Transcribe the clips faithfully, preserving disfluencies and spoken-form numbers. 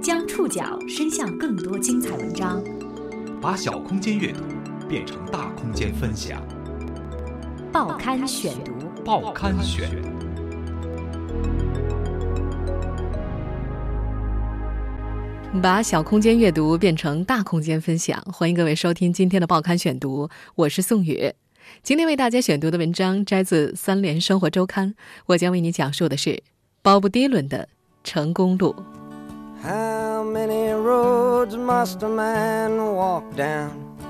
将触角伸向更多精彩文章， 把小空间阅读变成大空间分享。 报刊选读， 报刊选。 把小空间阅读变成大空间分享，欢迎各位收听今天的报刊选读，我是宋宇。今天为大家选读的文章摘自三联生活周刊，我将为你讲述的是鲍勃迪伦的成功路。 How many roads must a man walk down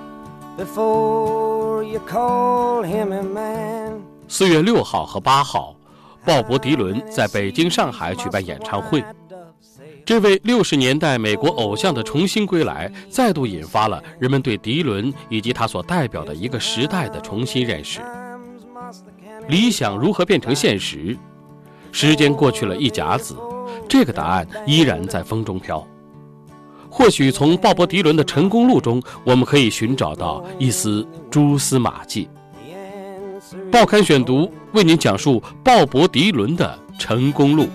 before you call him a man？ 四月六号和八号，鲍勃迪伦在北京、上海举办演唱会。这位六十年代美国偶像的重新归来，再度引发了人们对迪伦以及他所代表的一个时代的重新认识。理想如何变成现实？时间过去了一甲子，这个答案依然在风中飘。或许从鲍勃迪伦的成功路中，我们可以寻找到一丝蛛丝马迹。报刊选读为您讲述鲍勃迪伦的成功路。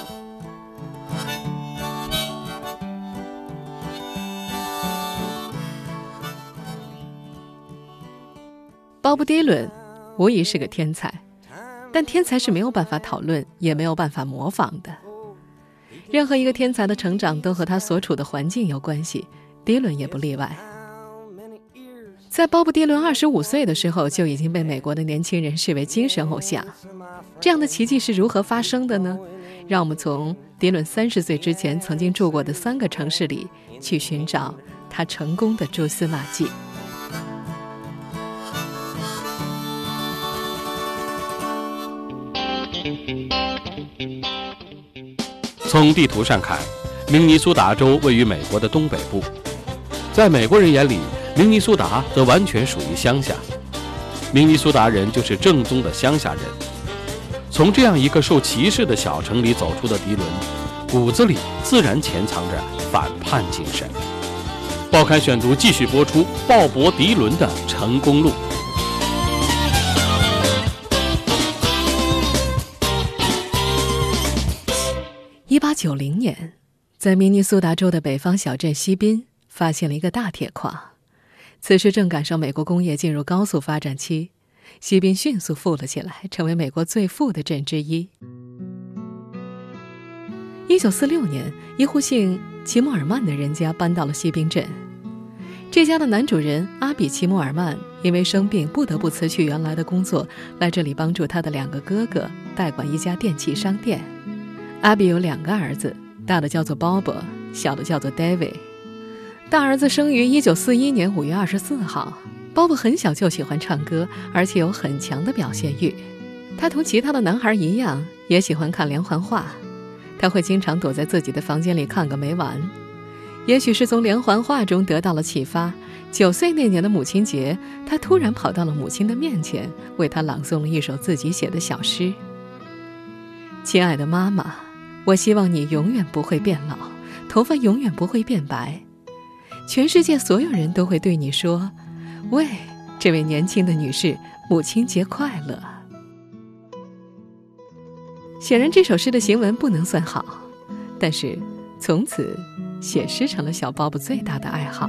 鲍勃迪伦无疑是个天才，但天才是没有办法讨论，也没有办法模仿的。任何一个天才的成长都和他所处的环境有关系，迪伦也不例外。在鲍勃迪伦二十五岁的时候，就已经被美国的年轻人视为精神偶像。这样的奇迹是如何发生的呢？让我们从迪伦三十岁之前曾经住过的三个城市里去寻找他成功的蛛丝马迹。 从地图上看，明尼苏达州位于美国的东北部，在美国人眼里，明尼苏达则完全属于乡下。明尼苏达人就是正宗的乡下人。从这样一个受歧视的小城里走出的迪伦，骨子里自然潜藏着反叛精神。报刊选读继续播出鲍勃迪伦的成功路。 一八九零年，在明尼苏达州的北方小镇西滨发现了一个大铁矿。此时正赶上美国工业进入高速发展期，西滨迅速富了起来，成为美国最富的镇之一。一九四六年，一户姓齐默尔曼的人家搬到了西滨镇。这家的男主人阿比齐默尔曼因为生病不得不辞去原来的工作，来这里帮助他的两个哥哥代管一家电器商店。阿比有两个儿子，大的叫做鲍勃，小的叫做 David。 大儿子生于一九四一年五月二十四号。鲍勃很小就喜欢唱歌，而且有很强的表现欲。他同其他的男孩一样，也喜欢看连环画。他会经常躲在自己的房间里看个没完。也许是从连环画中得到了启发，九岁那年的母亲节，他突然跑到了母亲的面前，为她朗诵了一首自己写的小诗。亲爱的妈妈，我希望你永远不会变老，头发永远不会变白。全世界所有人都会对你说，喂，这位年轻的女士，母亲节快乐。显然这首诗的行文不能算好，但是从此写诗成了小鲍勃最大的爱好。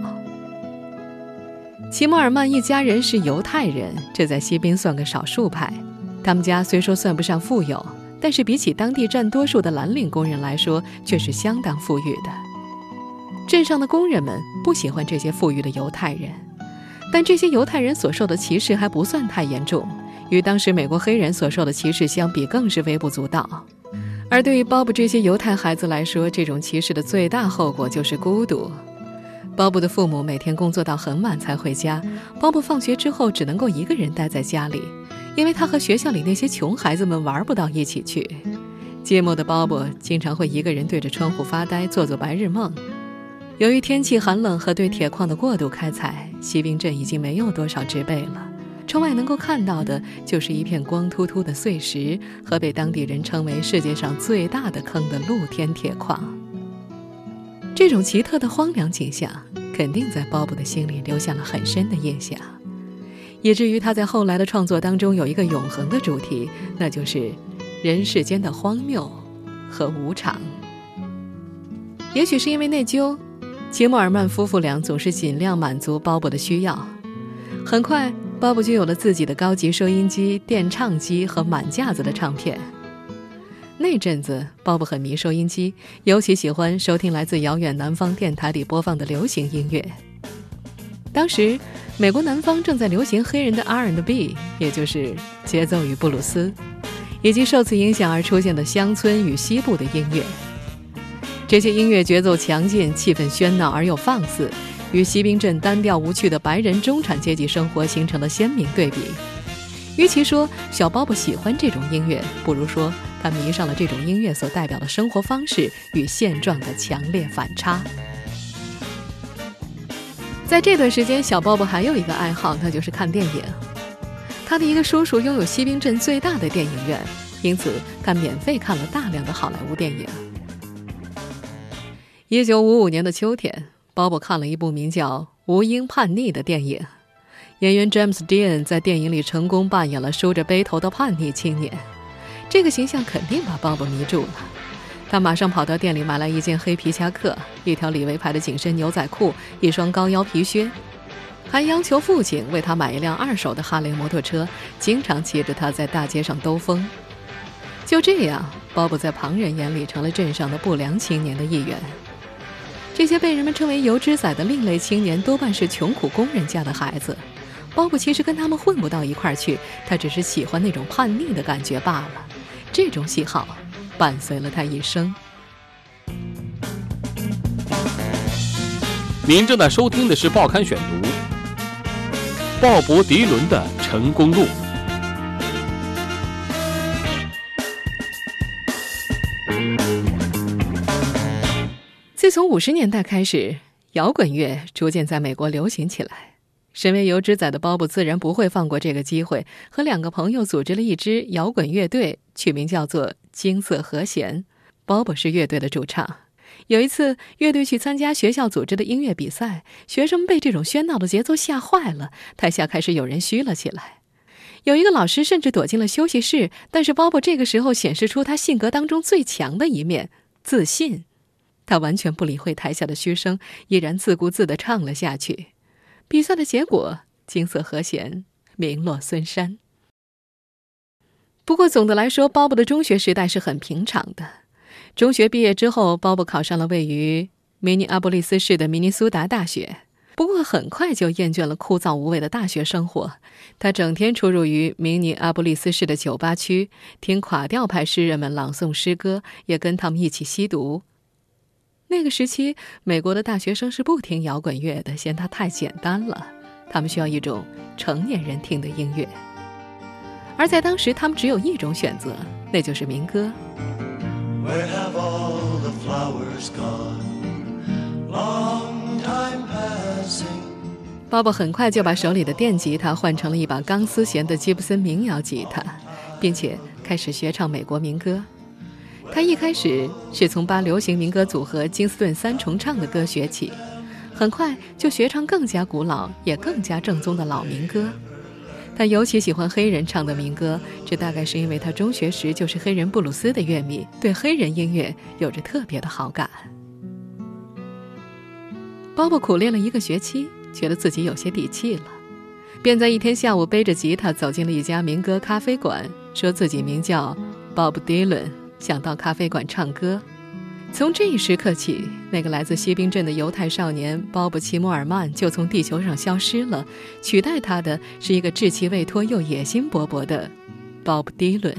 齐默尔曼一家人是犹太人，这在西滨算个少数派。他们家虽说算不上富有，但是比起当地占多数的蓝领工人来说，却是相当富裕的。镇上的工人们不喜欢这些富裕的犹太人，但这些犹太人所受的歧视还不算太严重，与当时美国黑人所受的歧视相比更是微不足道。而对于鲍勃这些犹太孩子来说，这种歧视的最大后果就是孤独。鲍勃的父母每天工作到很晚才回家，鲍勃放学之后只能够一个人待在家里，因为他和学校里那些穷孩子们玩不到一起去。寂寞的鲍勃经常会一个人对着窗户发呆，做做白日梦。由于天气寒冷和对铁矿的过度开采，西滨镇已经没有多少植被了，窗外能够看到的就是一片光秃秃的碎石和被当地人称为世界上最大的坑的露天铁矿。这种奇特的荒凉景象肯定在鲍勃的心里留下了很深的印象，以至于他在后来的创作当中有一个永恒的主题，那就是人世间的荒谬和无常。 也许是因为内疚，齐默尔曼夫妇俩总是尽量满足鲍勃的需要。很快，鲍勃就有了自己的高级收音机、电唱机和满架子的唱片。那阵子，鲍勃很迷收音机，尤其喜欢收听来自遥远南方电台里播放的流行音乐。当时，美国南方正在流行黑人的 R and B， 也就是节奏与布鲁斯，以及受此影响而出现的乡村与西部的音乐。这些音乐节奏强劲，气氛喧闹而又放肆，与西滨镇单调无趣的白人中产阶级生活形成了鲜明对比。与其说小鲍勃喜欢这种音乐，不如说他迷上了这种音乐所代表的生活方式与现状的强烈反差。在这段时间，小鲍勃还有一个爱好，那就是看电影。他的一个叔叔拥有西滨镇最大的电影院，因此他免费看了大量的好莱坞电影。一九五五年的秋天，鲍勃看了一部名叫《无鹰叛逆》的电影。演员 James Dean 在电影里成功扮演了梳着背头的叛逆青年，这个形象肯定把鲍勃迷住了。他马上跑到店里买来一件黑皮夹克，一条李维牌的紧身牛仔裤，一双高腰皮靴，还央求父亲为他买一辆二手的哈雷摩托车，经常骑着它在大街上兜风。就这样，鲍勃在旁人眼里成了镇上的不良青年的一员。这些被人们称为油脂仔的另类青年多半是穷苦工人家的孩子，鲍勃其实跟他们混不到一块儿去，他只是喜欢那种叛逆的感觉罢了。这种喜好伴随了他一生。 您正在收听的是报刊选读，鲍勃迪伦的成功路。 自从五十年代开始，摇滚乐逐渐在美国流行起来。身为油脂仔的鲍勃自然不会放过这个机会，和两个朋友组织了一支摇滚乐队，取名叫做金色和弦。鲍勃是乐队的主唱。有一次，乐队去参加学校组织的音乐比赛，学生们被这种喧闹的节奏吓坏了，台下开始有人嘘了起来。有一个老师甚至躲进了休息室，但是鲍勃这个时候显示出他性格当中最强的一面——自信。他完全不理会台下的嘘声，依然自顾自地唱了下去。比赛的结果，金色和弦名落孙山。不过总的来说，鲍勃的中学时代是很平常的。中学毕业之后，鲍勃考上了位于明尼阿波利斯市的明尼苏达大学。不过很快就厌倦了枯燥无味的大学生活，他整天出入于明尼阿波利斯市的酒吧区，听垮调派诗人们朗诵诗歌，也跟他们一起吸毒。那个时期，美国的大学生是不听摇滚乐的，嫌它太简单了，他们需要一种成年人听的音乐。而在当时，他们只有一种选择，那就是民歌。Where have all the flowers gone? Long time passing. 鲍勃很快就把手里的电吉他换成了一把钢丝弦的吉布森民谣吉他，并且开始学唱美国民歌。他一开始是从巴流行民歌组合金斯顿三重唱的歌学起，很快就学唱更加古老也更加正宗的老民歌。他尤其喜欢黑人唱的民歌，这大概是因为他中学时就是黑人布鲁斯的乐迷，对黑人音乐有着特别的好感。鲍勃苦练了一个学期，觉得自己有些底气了，便在一天下午背着吉他走进了一家民歌咖啡馆，说自己名叫 Bob Dylan， 想到咖啡馆唱歌。从这一时刻起，那个来自西滨镇的犹太少年鲍勃·齐默尔曼就从地球上消失了，取代他的是一个志气未脱又野心勃勃的鲍勃·迪伦。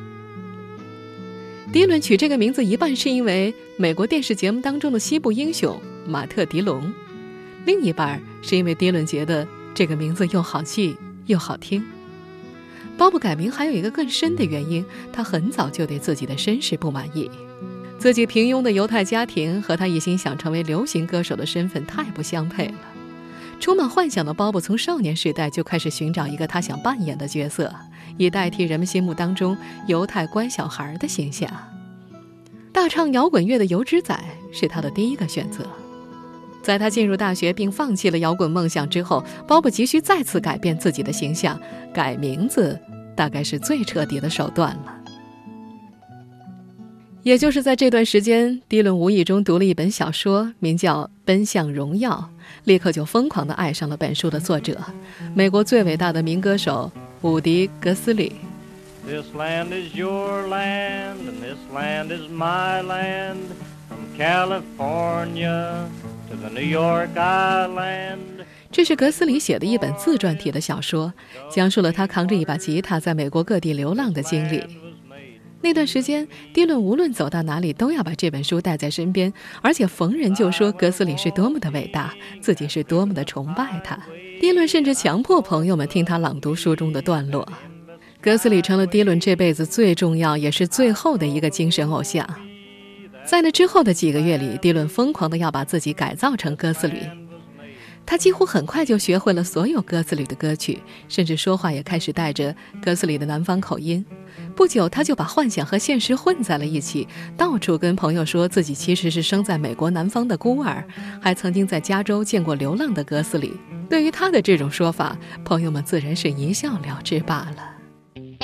迪伦取这个名字一半是因为美国电视节目当中的西部英雄马特·迪龙，另一半是因为迪伦觉得这个名字又好记又好听。鲍勃改名还有一个更深的原因，他很早就对自己的身世不满意。自己平庸的犹太家庭和他一心想成为流行歌手的身份太不相配了。充满幻想的鲍勃从少年时代就开始寻找一个他想扮演的角色，以代替人们心目当中犹太乖小孩的形象。大唱摇滚乐的油脂仔是他的第一个选择。在他进入大学并放弃了摇滚梦想之后，鲍勃急需再次改变自己的形象，改名字大概是最彻底的手段了。 也就是在这段时间，迪伦无意中读了一本小说，名叫《奔向荣耀》，立刻就疯狂地爱上了本书的作者，美国最伟大的民歌手伍迪·格斯里。 This land is your land, and this land is my land, from California to the New York Island. 这是格斯里写的一本自传体的小说，讲述了他扛着一把吉他在美国各地流浪的经历。那段时间，迪伦无论走到哪里都要把这本书带在身边，而且逢人就说格斯里是多么的伟大，自己是多么的崇拜他。迪伦甚至强迫朋友们听他朗读书中的段落。格斯里成了迪伦这辈子最重要也是最后的一个精神偶像。在那之后的几个月里，迪伦疯狂地要把自己改造成哥斯里。他几乎很快就学会了所有哥斯里的歌曲，甚至说话也开始带着哥斯里的南方口音。不久，他就把幻想和现实混在了一起，到处跟朋友说自己其实是生在美国南方的孤儿，还曾经在加州见过流浪的哥斯里。对于他的这种说法，朋友们自然是一笑了之罢了。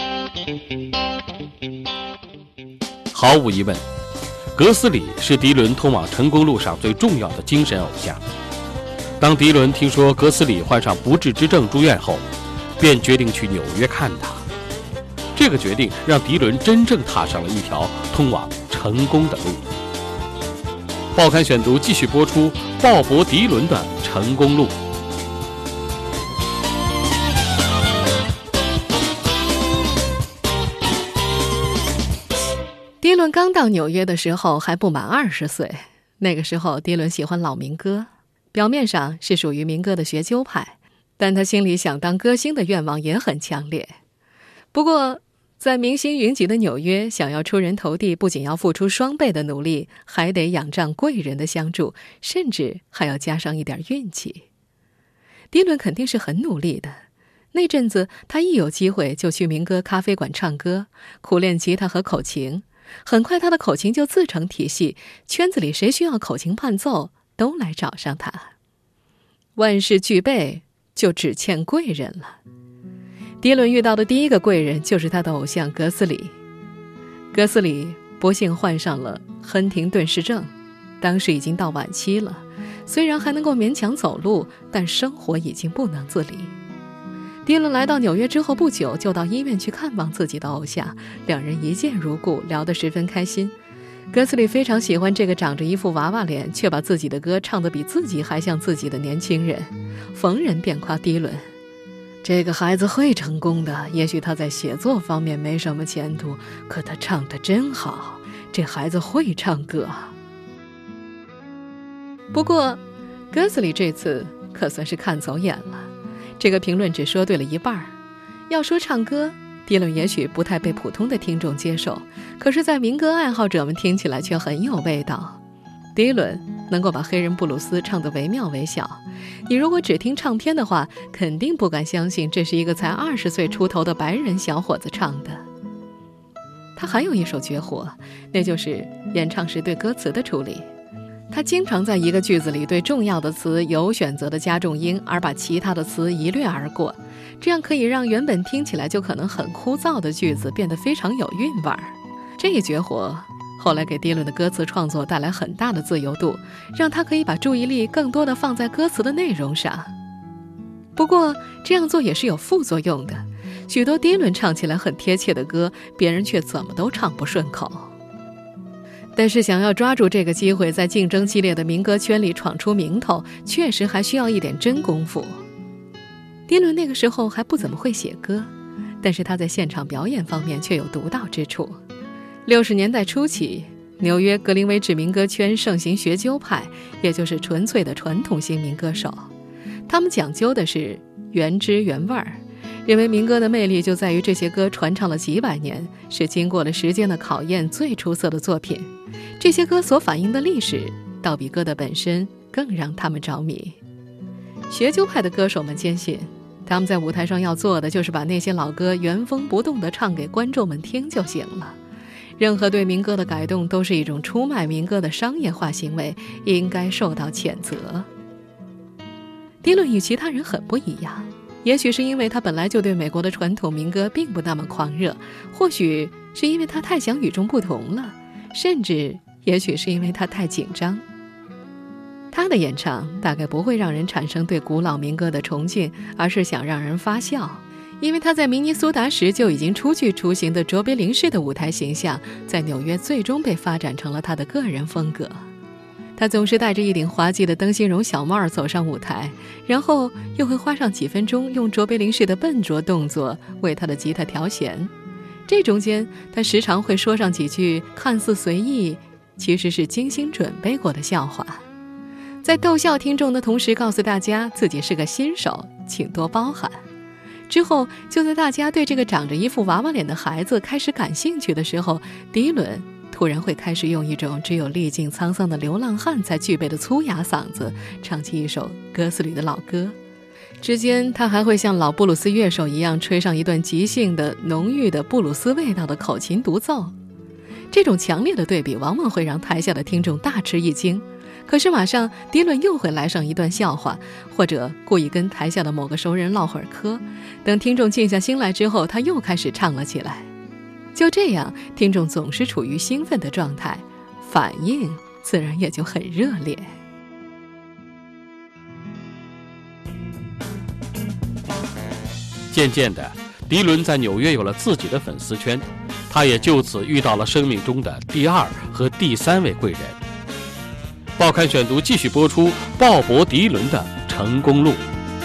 毫无疑问，格斯里是迪伦通往成功路上最重要的精神偶像。当迪伦听说格斯里患上不治之症住院后，便决定去纽约看他。这个决定让迪伦真正踏上了一条通往成功的路。报刊选读继续播出鲍勃·迪伦的成功路。 迪伦刚到纽约的时候还不满二十岁，那个时候迪伦喜欢老民歌，表面上是属于民歌的学究派，但他心里想当歌星的愿望也很强烈。不过在明星云集的纽约，想要出人头地，不仅要付出双倍的努力，还得仰仗贵人的相助，甚至还要加上一点运气。迪伦肯定是很努力的，那阵子他一有机会就去民歌咖啡馆唱歌，苦练吉他和口琴。很快他的口琴就自成体系，圈子里谁需要口琴伴奏都来找上他。万事俱备，就只欠贵人了。迪伦遇到的第一个贵人就是他的偶像格斯里。格斯里不幸患上了亨廷顿氏症，当时已经到晚期了，虽然还能够勉强走路，但生活已经不能自理。迪伦来到纽约之后不久，就到医院去看望自己的偶像，两人一见如故，聊得十分开心。格斯里非常喜欢这个长着一副娃娃脸却把自己的歌唱得比自己还像自己的年轻人，逢人便夸迪伦，这个孩子会成功的，也许他在写作方面没什么前途，可他唱得真好，这孩子会唱歌。不过格斯里这次可算是看走眼了，这个评论只说对了一半。要说唱歌，迪伦也许不太被普通的听众接受，可是在民歌爱好者们听起来却很有味道。迪伦能够把黑人布鲁斯唱得惟妙惟肖，你如果只听唱片的话，肯定不敢相信这是一个才二十岁出头的白人小伙子唱的。他还有一手绝活，那就是演唱时对歌词的处理。他经常在一个句子里对重要的词有选择的加重音，而把其他的词一掠而过，这样可以让原本听起来就可能很枯燥的句子变得非常有韵味儿。这一绝活后来给迪伦的歌词创作带来很大的自由度，让他可以把注意力更多地放在歌词的内容上。不过这样做也是有副作用的，许多迪伦唱起来很贴切的歌，别人却怎么都唱不顺口。但是想要抓住这个机会，在竞争激烈的民歌圈里闯出名头，确实还需要一点真功夫。迪伦那个时候还不怎么会写歌，但是他在现场表演方面却有独到之处。六十年代初期，纽约格林威治民歌圈盛行学究派，也就是纯粹的传统型民歌手。他们讲究的是原汁原味儿，认为民歌的魅力就在于这些歌传唱了几百年，是经过了时间的考验最出色的作品。这些歌所反映的历史，倒比歌的本身更让他们着迷。学究派的歌手们坚信，他们在舞台上要做的就是把那些老歌原封不动地唱给观众们听就行了。任何对民歌的改动都是一种出卖民歌的商业化行为，应该受到谴责。迪伦与其他人很不一样，也许是因为他本来就对美国的传统民歌并不那么狂热，或许是因为他太想与众不同了， 甚至也许是因为他太紧张。他的演唱大概不会让人产生对古老民歌的崇敬，而是想让人发笑，因为他在明尼苏达时就已经初具雏形的卓别林式的舞台形象，在纽约最终被发展成了他的个人风格。他总是戴着一顶滑稽的灯芯绒小帽走上舞台，然后又会花上几分钟用卓别林式的笨拙动作为他的吉他调弦。这中间他时常会说上几句看似随意，其实是精心准备过的笑话，在逗笑听众的同时告诉大家自己是个新手，请多包涵。之后就在大家对这个长着一副娃娃脸的孩子开始感兴趣的时候，迪伦突然会开始用一种只有历尽沧桑的流浪汉才具备的粗哑嗓子唱起一首歌词里的老歌。之间他还会像老布鲁斯乐手一样吹上一段即兴的浓郁的布鲁斯味道的口琴独奏。这种强烈的对比往往会让台下的听众大吃一惊，可是马上迪伦又会来上一段笑话，或者故意跟台下的某个熟人唠会儿嗑，等听众静下心来之后，他又开始唱了起来。就这样，听众总是处于兴奋的状态，反应自然也就很热烈。 渐渐的，迪伦在纽约有了自己的粉丝圈，他也就此遇到了生命中的第二和第三位贵人。报刊选读继续播出鲍勃·迪伦的成功路。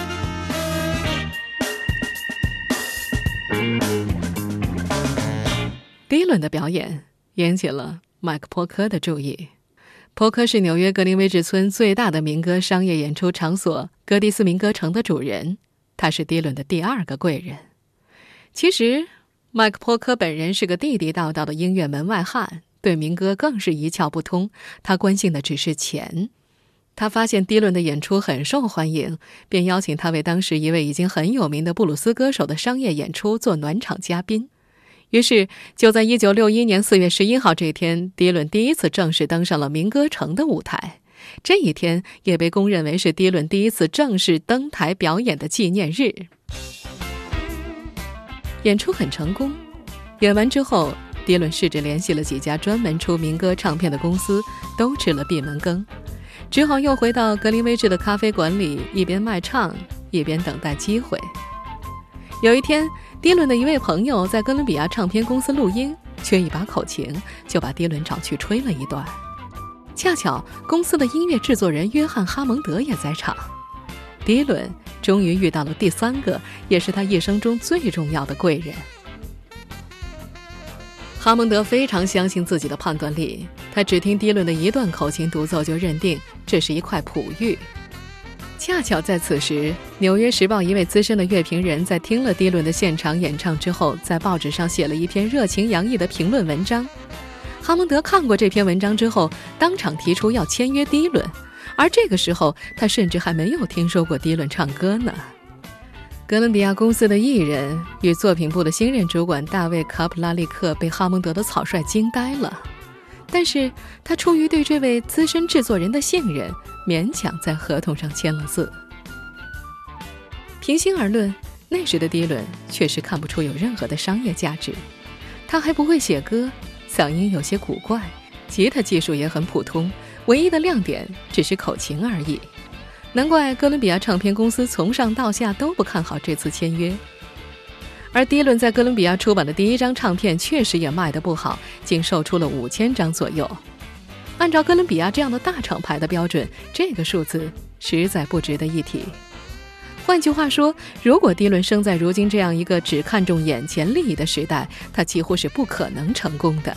迪伦的表演引起了麦克·波科的注意。波科是纽约格林威治村最大的民歌商业演出场所格迪斯民歌城的主人，他是迪伦的第二个贵人。其实麦克·波科本人是个地地道道的音乐门外汉，对民歌更是一窍不通，他关心的只是钱。他发现迪伦的演出很受欢迎，便邀请他为当时一位已经很有名的布鲁斯歌手的商业演出做暖场嘉宾。于是就在一九六一年四月十一号这天，迪伦第一次正式登上了民歌城的舞台。这一天也被公认为是迪伦第一次正式登台表演的纪念日。演出很成功，演完之后，迪伦试着联系了几家专门出民歌唱片的公司，都吃了闭门羹，只好又回到格林威治的咖啡馆里，一边卖唱一边等待机会。有一天，迪伦的一位朋友在哥伦比亚唱片公司录音，缺一把口琴，就把迪伦找去吹了一段。恰巧公司的音乐制作人约翰·哈蒙德也在场，迪伦终于遇到了第三个，也是他一生中最重要的贵人。哈蒙德非常相信自己的判断力，他只听迪伦的一段口琴独奏就认定这是一块璞玉。恰巧在此时，《纽约时报》一位资深的乐评人在听了迪伦的现场演唱之后，在报纸上写了一篇热情洋溢的评论文章。哈蒙德看过这篇文章之后，当场提出要签约迪伦，而这个时候他甚至还没有听说过迪伦唱歌呢。哥伦比亚公司的艺人与作品部的新任主管大卫·卡普拉利克被哈蒙德的草率惊呆了，但是他出于对这位资深制作人的信任，勉强在合同上签了字。平心而论，那时的迪伦确实看不出有任何的商业价值，他还不会写歌，嗓音有些古怪，吉他技术也很普通，唯一的亮点只是口琴而已。难怪哥伦比亚唱片公司从上到下都不看好这次签约。而迪伦在哥伦比亚出版的第一张唱片确实也卖得不好，仅售出了五千张左右。按照哥伦比亚这样的大厂牌的标准，这个数字实在不值得一提。换句话说，如果迪伦生在如今这样一个只看重眼前利益的时代，他几乎是不可能成功的。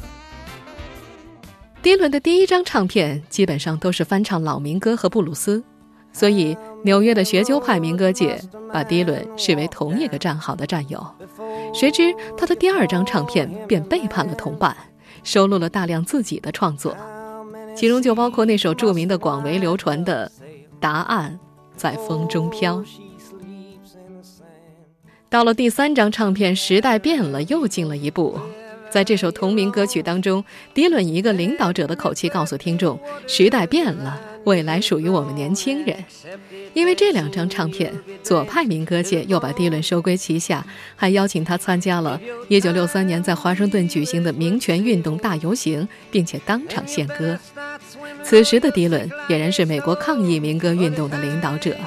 迪伦的第一张唱片基本上都是翻唱老民歌和布鲁斯，所以纽约的学究派民歌界把迪伦视为同一个战壕的战友。谁知他的第二张唱片便背叛了同伴，收录了大量自己的创作，其中就包括那首著名的广为流传的《答案在风中飘》。到了第三张唱片，时代变了，又进了一步。 在这首同名歌曲当中，迪伦以一个领导者的口气告诉听众，时代变了，未来属于我们年轻人。因为这两张唱片，左派民歌界又把迪伦收归旗下，还邀请他参加了一九六三年在华盛顿举行的民权运动大游行，并且当场献歌。此时的迪伦俨然是美国抗议民歌运动的领导者。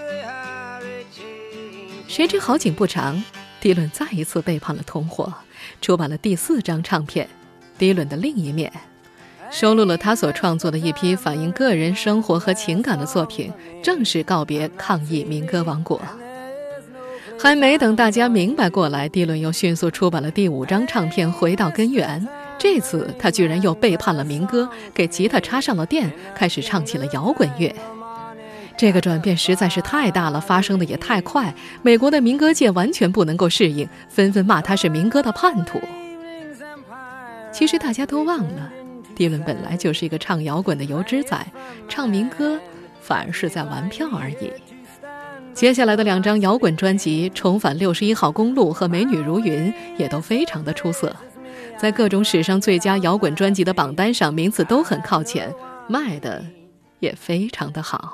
谁知好景不长，迪伦再一次背叛了同伙，出版了第四张唱片《迪伦的另一面》，收录了他所创作的一批反映个人生活和情感的作品，正式告别抗议民歌王国。还没等大家明白过来，迪伦又迅速出版了第五张唱片《回到根源》。这次他居然又背叛了民歌，给吉他插上了电，开始唱起了摇滚乐。这个转变实在是太大了，发生的也太快，美国的民歌界完全不能够适应，纷纷骂他是民歌的叛徒。其实大家都忘了，迪伦本来就是一个唱摇滚的油脂仔，唱民歌反而是在玩票而已。接下来的两张摇滚专辑《重返六十一号公路》和《美女如云》也都非常的出色，在各种史上最佳摇滚专辑的榜单上名次都很靠前，卖的也非常的好。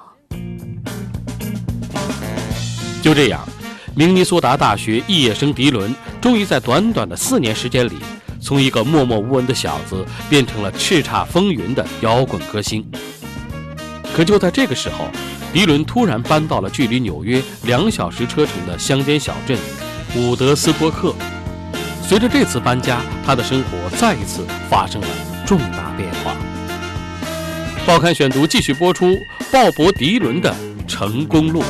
就这样，明尼苏达大学肄业生迪伦终于在短短的四年时间里，从一个默默无闻的小子变成了叱咤风云的摇滚歌星。可就在这个时候，迪伦突然搬到了距离纽约两小时车程的乡间小镇伍德斯托克。随着这次搬家，他的生活再一次发生了重大变化。报刊选读继续播出鲍勃·迪伦的成功路。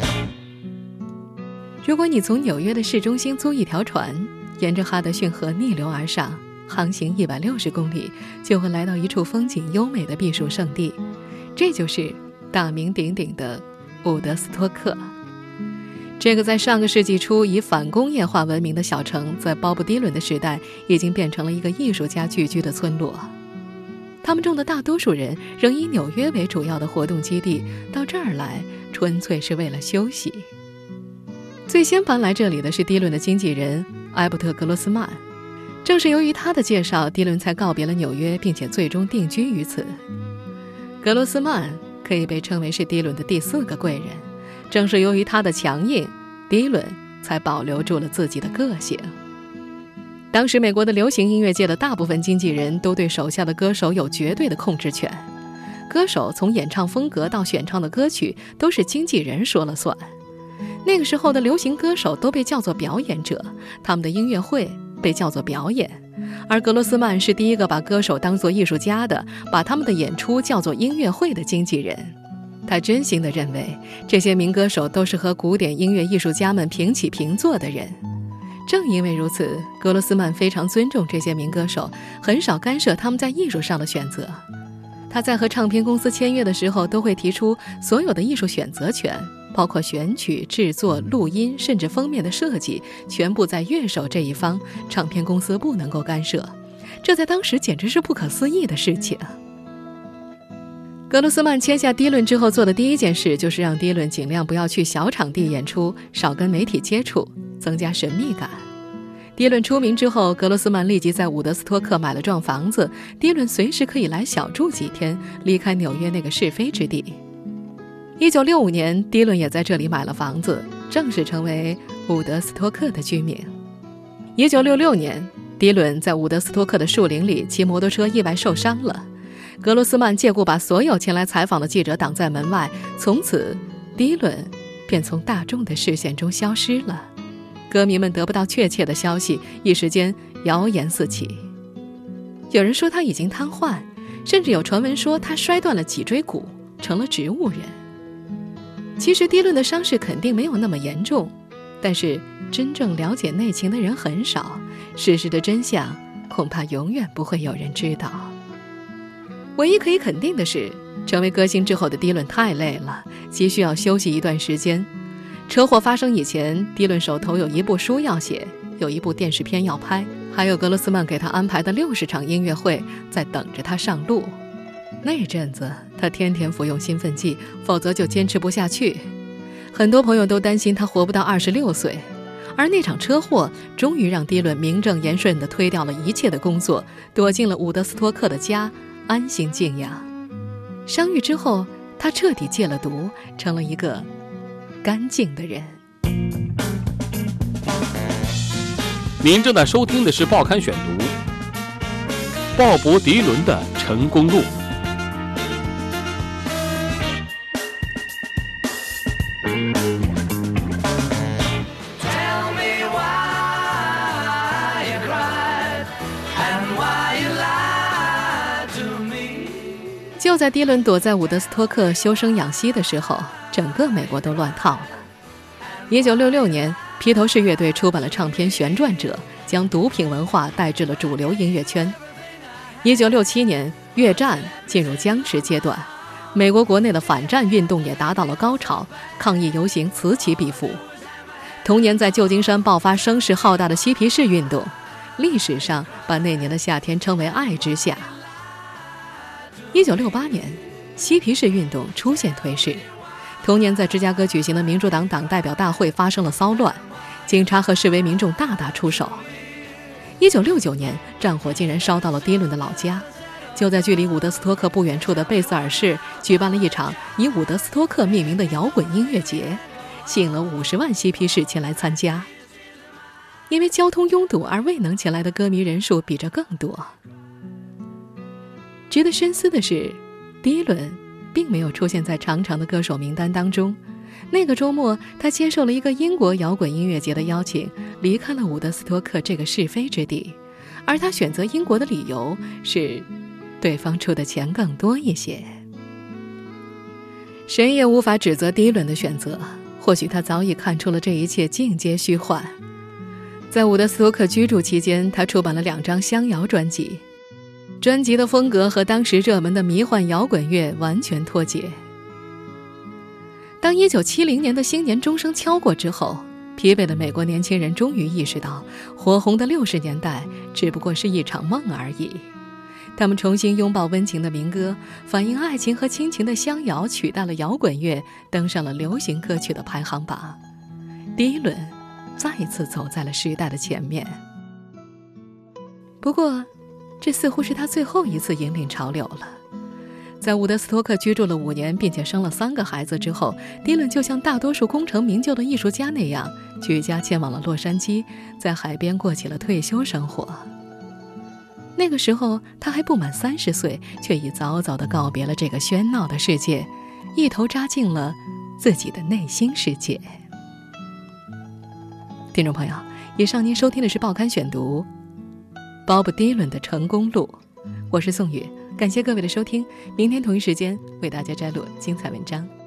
如果你从纽约的市中心租一条船，沿着哈德逊河逆流而上，航行一百六十公里，就会来到一处风景优美的避暑胜地，这就是大名鼎鼎的伍德斯托克。这个在上个世纪初以反工业化闻名的小城，在鲍勃·迪伦的时代已经变成了一个艺术家聚居的村落。他们中的大多数人仍以纽约为主要的活动基地，到这儿来纯粹是为了休息。最先搬来这里的是迪伦的经纪人艾伯特·格罗斯曼，正是由于他的介绍，迪伦才告别了纽约，并且最终定居于此。格罗斯曼可以被称为是迪伦的第四个贵人，正是由于他的强硬，迪伦才保留住了自己的个性。当时美国的流行音乐界的大部分经纪人都对手下的歌手有绝对的控制权，歌手从演唱风格到选唱的歌曲都是经纪人说了算。那个时候的流行歌手都被叫做表演者，他们的音乐会被叫做表演，而格罗斯曼是第一个把歌手当作艺术家的，把他们的演出叫做音乐会的经纪人。他真心地认为这些民歌手都是和古典音乐艺术家们平起平坐的人。正因为如此，格罗斯曼非常尊重这些民歌手，很少干涉他们在艺术上的选择。他在和唱片公司签约的时候，都会提出所有的艺术选择权，包括选曲、制作、录音，甚至封面的设计，全部在乐手这一方，唱片公司不能够干涉。这在当时简直是不可思议的事情。格罗斯曼签下迪伦之后做的第一件事，就是让迪伦尽量不要去小场地演出，少跟媒体接触，增加神秘感。迪伦出名之后，格罗斯曼立即在伍德斯托克买了幢房子，迪伦随时可以来小住几天，离开纽约那个是非之地。一九六五年，迪伦也在这里买了房子，正式成为伍德斯托克的居民。一九六六年，迪伦在伍德斯托克的树林里骑摩托车意外受伤了，格罗斯曼借故把所有前来采访的记者挡在门外，从此迪伦便从大众的视线中消失了。歌迷们得不到确切的消息，一时间谣言四起。有人说他已经瘫痪，甚至有传闻说他摔断了脊椎骨，成了植物人。其实迪伦的伤势肯定没有那么严重，但是真正了解内情的人很少，事实的真相恐怕永远不会有人知道。唯一可以肯定的是，成为歌星之后的迪伦太累了，急需要休息一段时间。车祸发生以前，迪伦手头有一部书要写，有一部电视片要拍，还有格罗斯曼给他安排的六十场音乐会在等着他上路。那阵子他天天服用兴奋剂，否则就坚持不下去。很多朋友都担心他活不到二十六岁， 而那场车祸终于让迪伦名正言顺地推掉了一切的工作，躲进了伍德斯托克的家，安心静养。伤愈之后，他彻底戒了毒，成了一个干净的人。 您正在收听的是《报刊选读》，鲍勃·迪伦的成功路。 就在迪伦躲在伍德斯托克休生养息的时候，整个美国都乱套了。一九六六年，披头士乐队出版了唱片《旋转者》，将毒品文化带至了主流音乐圈。一九六七年，越战进入僵持阶段，美国国内的反战运动也达到了高潮，抗议游行此起彼伏。同年，在旧金山爆发声势浩大的嬉皮士运动，历史上把那年的夏天称为爱之夏。一九六八年，嬉皮士运动出现颓势。同年，在芝加哥举行的民主党党代表大会发生了骚乱，警察和示威民众大打出手。一九六九年，战火竟然烧到了迪伦的老家，就在距离伍德斯托克不远处的贝瑟尔市举办了一场以伍德斯托克命名的摇滚音乐节，吸引了五十万嬉皮士前来参加。因为交通拥堵而未能前来的歌迷人数比这更多。值得深思的是，迪伦并没有出现在长长的歌手名单当中。那个周末，他接受了一个英国摇滚音乐节的邀请，离开了伍德斯托克这个是非之地。而他选择英国的理由是，对方出的钱更多一些。谁也无法指责迪伦的选择，或许他早已看出了这一切尽皆虚幻。在伍德斯托克居住期间，他出版了两张乡谣专辑。专辑的风格和当时热门的迷幻摇滚乐完全脱节。当一九七零年的新年钟声敲过之后，疲惫的美国年轻人终于意识到，火红的六十年代只不过是一场梦而已。他们重新拥抱温情的民歌，反映爱情和亲情的乡谣取代了摇滚乐，登上了流行歌曲的排行榜。迪伦再一次走在了时代的前面。不过这似乎是他最后一次引领潮流了。在伍德斯托克居住了五年，并且生了三个孩子之后，迪伦就像大多数功成名就的艺术家那样，举家迁往了洛杉矶，在海边过起了退休生活。那个时候他还不满三十岁，却已早早地告别了这个喧闹的世界，一头扎进了自己的内心世界。听众朋友，以上您收听的是报刊选读鲍勃·迪伦的成功路，我是宋宇，感谢各位的收听，明天同一时间为大家摘录精彩文章。